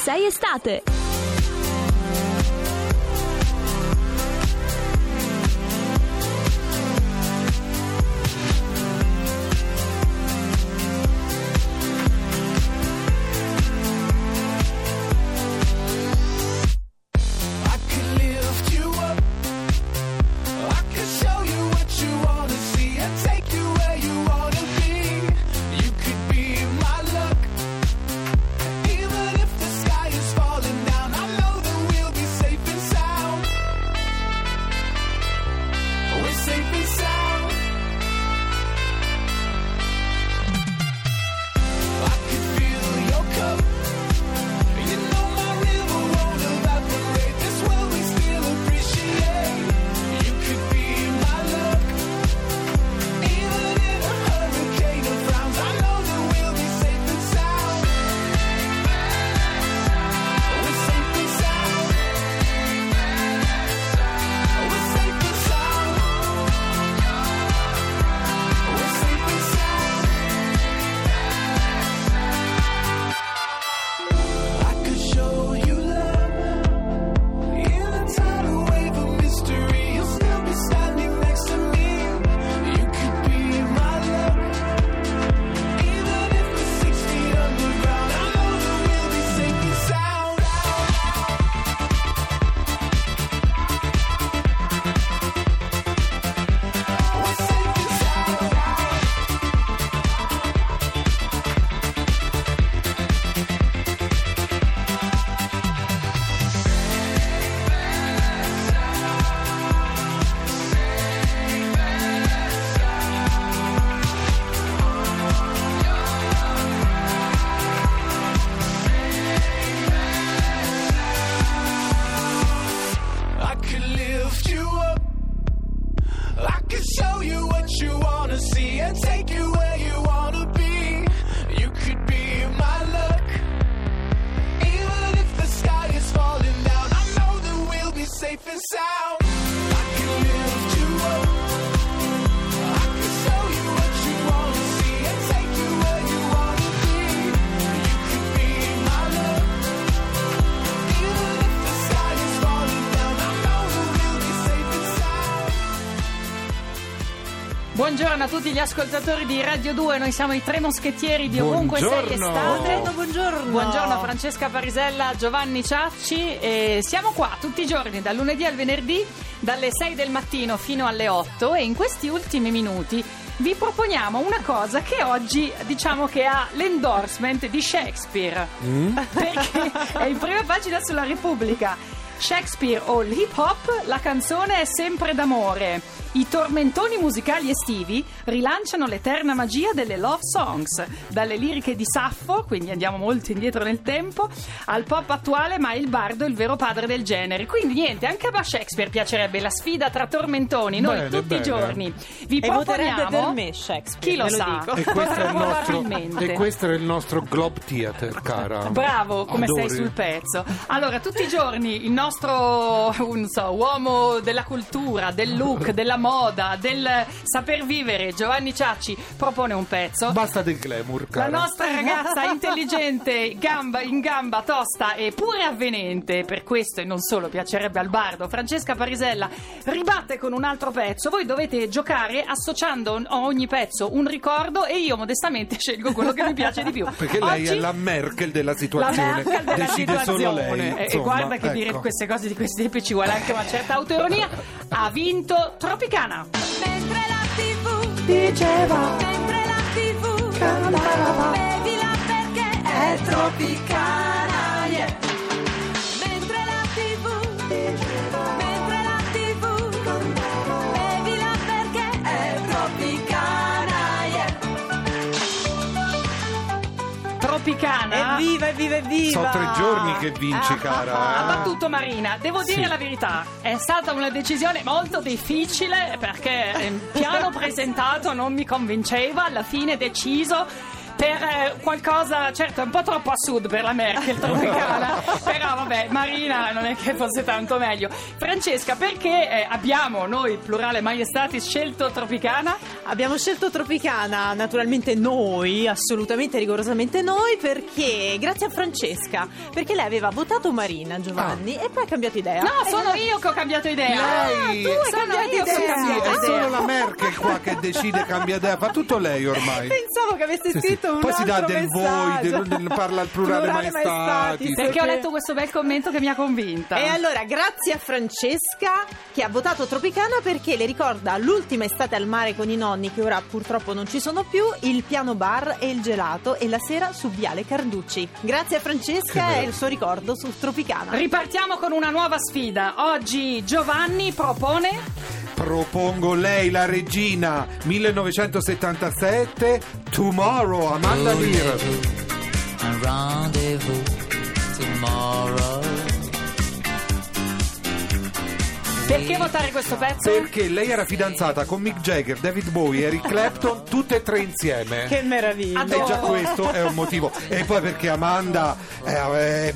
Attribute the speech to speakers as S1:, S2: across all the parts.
S1: 6 estate.
S2: Buongiorno a tutti gli ascoltatori di Radio 2, noi siamo i tre moschettieri di ovunque sei estate. Buongiorno Francesca Parisella, Giovanni Ciacci, e siamo qua tutti i giorni dal lunedì al venerdì dalle 6 del mattino fino alle 8 e in questi ultimi minuti vi proponiamo una cosa che oggi diciamo che ha l'endorsement di Shakespeare perché è in prima pagina sulla Repubblica. Shakespeare o l'hip hop, la canzone è sempre d'amore. I tormentoni musicali estivi rilanciano l'eterna magia delle love songs, dalle liriche di Saffo, quindi andiamo molto indietro nel tempo, al pop attuale, ma il bardo è il vero padre del genere. Quindi niente, anche a Shakespeare piacerebbe la sfida tra tormentoni. Noi tutti i giorni vi proponiamo
S3: per me Shakespeare,
S2: chi lo sa.
S4: E questo è il nostro Globe Theater, cara.
S2: Bravo, come
S4: Adori.
S2: sei sul pezzo. Allora, tutti i giorni il nostro uomo della cultura, del look, della moda, del saper vivere, Giovanni Ciacci, propone un pezzo.
S4: Basta del glamour, cara.
S2: La nostra ragazza intelligente, in gamba, tosta e pure avvenente, per questo e non solo piacerebbe al bardo, Francesca Parisella, ribatte con un altro pezzo. Voi dovete giocare associando a ogni pezzo un ricordo e io modestamente scelgo quello che mi piace di più.
S4: Perché lei è la Merkel della situazione.
S2: La Merkel della
S4: decide
S2: situazione.
S4: solo lei.
S2: E guarda che dire queste cose di questi tempi ci vuole anche una certa autoironia. Ha vinto Tropicana.
S5: Mentre la TV
S2: diceva,
S5: mentre la TV
S2: cantava,
S5: bevila perché è Tropicana, yeah. Mentre la TV diceva, mentre la TV bevila perché è Tropicana, yeah.
S2: Tropicana.
S3: Evviva!
S4: Sono 3 giorni che vinci, cara.
S2: Ha battuto Marina. Devo dire la verità, è stata una decisione molto difficile perché il piano presentato non mi convinceva, alla fine deciso per qualcosa, certo è un po' troppo a sud per la Merkel Tropicana, però vabbè, Marina non è che fosse tanto meglio. Francesca, perché abbiamo noi, plurale Maiestatis, scelto Tropicana?
S1: Abbiamo scelto Tropicana, naturalmente noi, assolutamente rigorosamente noi, perché grazie a Francesca, perché lei aveva votato Marina, Giovanni, e poi ha cambiato idea.
S2: No, sono io che ho cambiato idea.
S4: Lei!
S1: Tu hai
S2: Sono
S1: cambiato
S2: io che ho
S1: idea.
S2: cambiato
S4: È
S2: idea.
S4: solo la Merkel qua che decide, cambia idea, fa tutto lei ormai.
S1: Pensavo che avesse scritto un
S4: Poi si dà
S1: altro
S4: del
S1: messaggio.
S4: voi, parla al plurale maestati.
S2: Perché ho letto questo bel commento che mi ha convinta.
S1: E allora, grazie a Francesca che ha votato Tropicana, perché le ricorda l'ultima estate al mare con i nonni, che ora purtroppo non ci sono più, il piano bar e il gelato, e la sera su Viale Carducci. Grazie a Francesca e il suo ricordo su Tropicana.
S2: Ripartiamo con una nuova sfida. Oggi Giovanni
S4: Propongo lei, la regina, 1977, Tomorrow, Amanda Lear.
S3: Rendezvous tomorrow.
S2: Perché votare questo pezzo?
S4: Perché lei era fidanzata con Mick Jagger, David Bowie, Eric Clapton, tutte e tre insieme.
S1: Che meraviglia.
S4: E già questo è un motivo. E poi perché Amanda è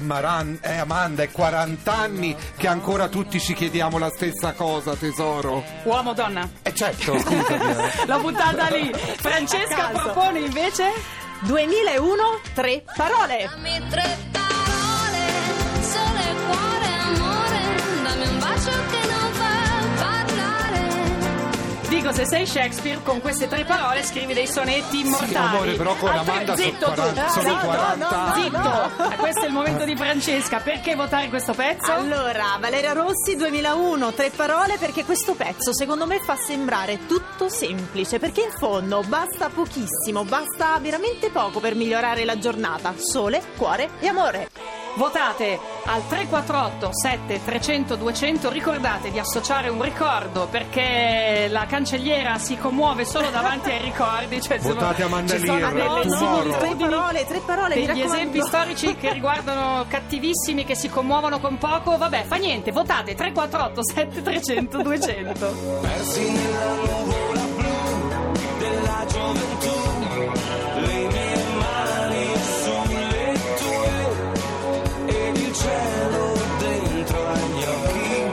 S4: 40 anni che ancora tutti ci chiediamo la stessa cosa, tesoro.
S2: Uomo, donna.
S4: Certo, scusami.
S2: L'ho buttata lì. Francesca
S1: A caso.
S2: propone invece
S1: 2001, 3 parole.
S5: Dammi 3 parole, sole, cuore, amore, dammi un bacio che non fa parlare.
S2: Dico, se sei Shakespeare, con queste 3 parole scrivi dei sonetti immortali.
S4: Sì, amore, però con Amanda
S2: Zitto
S4: sono
S2: tu.
S4: 40, sono
S2: Zitto.
S4: 40 anni.
S2: Zitto. Questo è il momento di Francesca. Perché votare questo pezzo?
S1: Allora, Valeria Rossi, 2001, 3 parole, perché questo pezzo secondo me fa sembrare tutto semplice, perché in fondo basta pochissimo, basta veramente poco per migliorare la giornata. Sole, cuore e amore.
S2: Votate al 348 7300 200. Ricordate di associare un ricordo, perché la cancelliera si commuove solo davanti ai ricordi. Cioè,
S4: Votate Amanda
S2: ci sono
S4: Lear,
S2: delle
S4: Tomorrow.
S2: similitudini,
S1: 3 parole, mi
S2: degli
S1: raccomando.
S2: esempi storici che riguardano cattivissimi che si commuovono con poco. Vabbè, fa niente, votate 348 7300 200.
S6: Persi nella nuvola blu della gioventù, le mie mani sulle tue ed il cielo dentro agli occhi,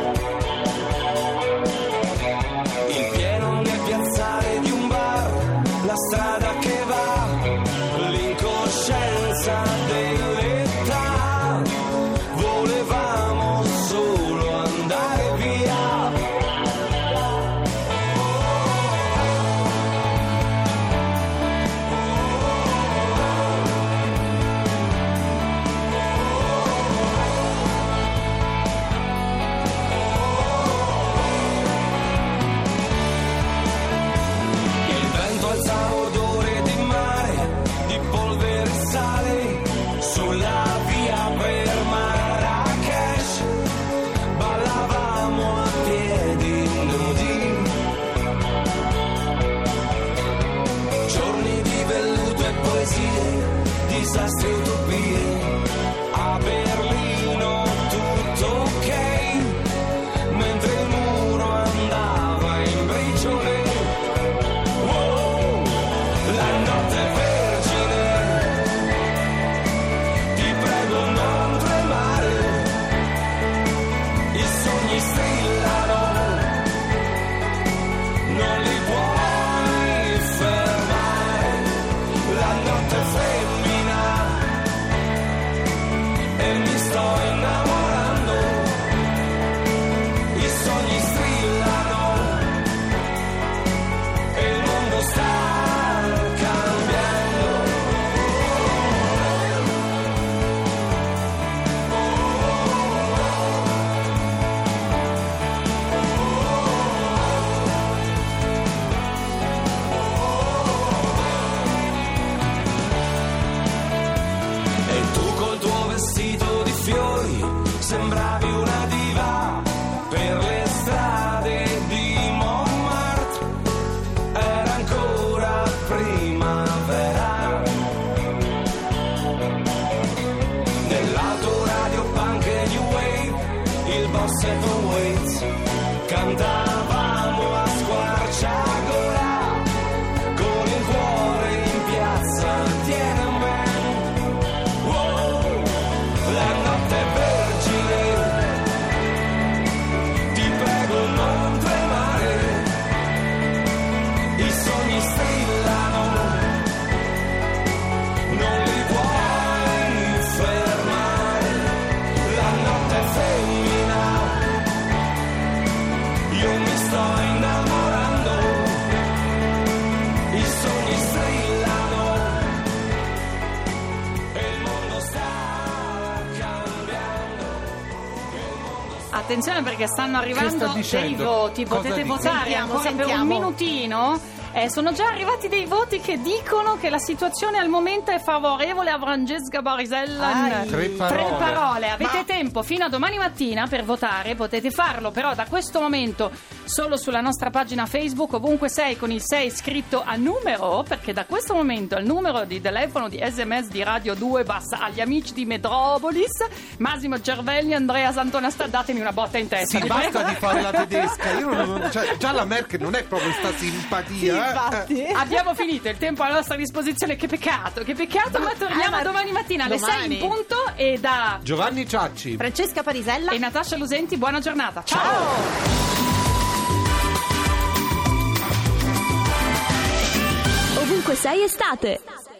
S6: il pieno nel piazzale di un bar, la strada che va, l'incoscienza dell'età, volevamo solo andare via. Il vento alzava odore
S2: attenzione perché stanno arrivando dei
S4: dicendo?
S2: voti,
S4: Cosa
S2: potete
S4: dice?
S2: votare
S1: Sentiamo,
S2: ancora per un
S1: sentiamo.
S2: minutino. Sono già arrivati dei voti che dicono che la situazione al momento è favorevole a Francesca Parisella.
S1: Ai.
S4: Tre parole.
S2: Avete
S4: Ma-
S2: tempo fino a domani mattina per votare, potete farlo però da questo momento solo sulla nostra pagina Facebook, ovunque sei, con il 6 scritto a numero, perché da questo momento il numero di telefono di SMS di Radio 2 passa agli amici di Metropolis. Massimo Cervelli, Andrea Santonasta, datemi una botta in testa.
S4: Sì,
S2: vi
S4: basta
S2: prego.
S4: di fare la tedesca. Io cioè, già la Merkel non è proprio sta simpatia.
S1: Infatti.
S2: Abbiamo finito il tempo a nostra disposizione, che peccato, ma torniamo
S1: ma
S2: domani mattina alle
S1: domani.
S2: 6 in punto e da
S4: Giovanni Ciacci.
S1: Francesca Parisella.
S2: e Natascia Lusenti, buona giornata. Ciao.
S7: Ovunque sei estate.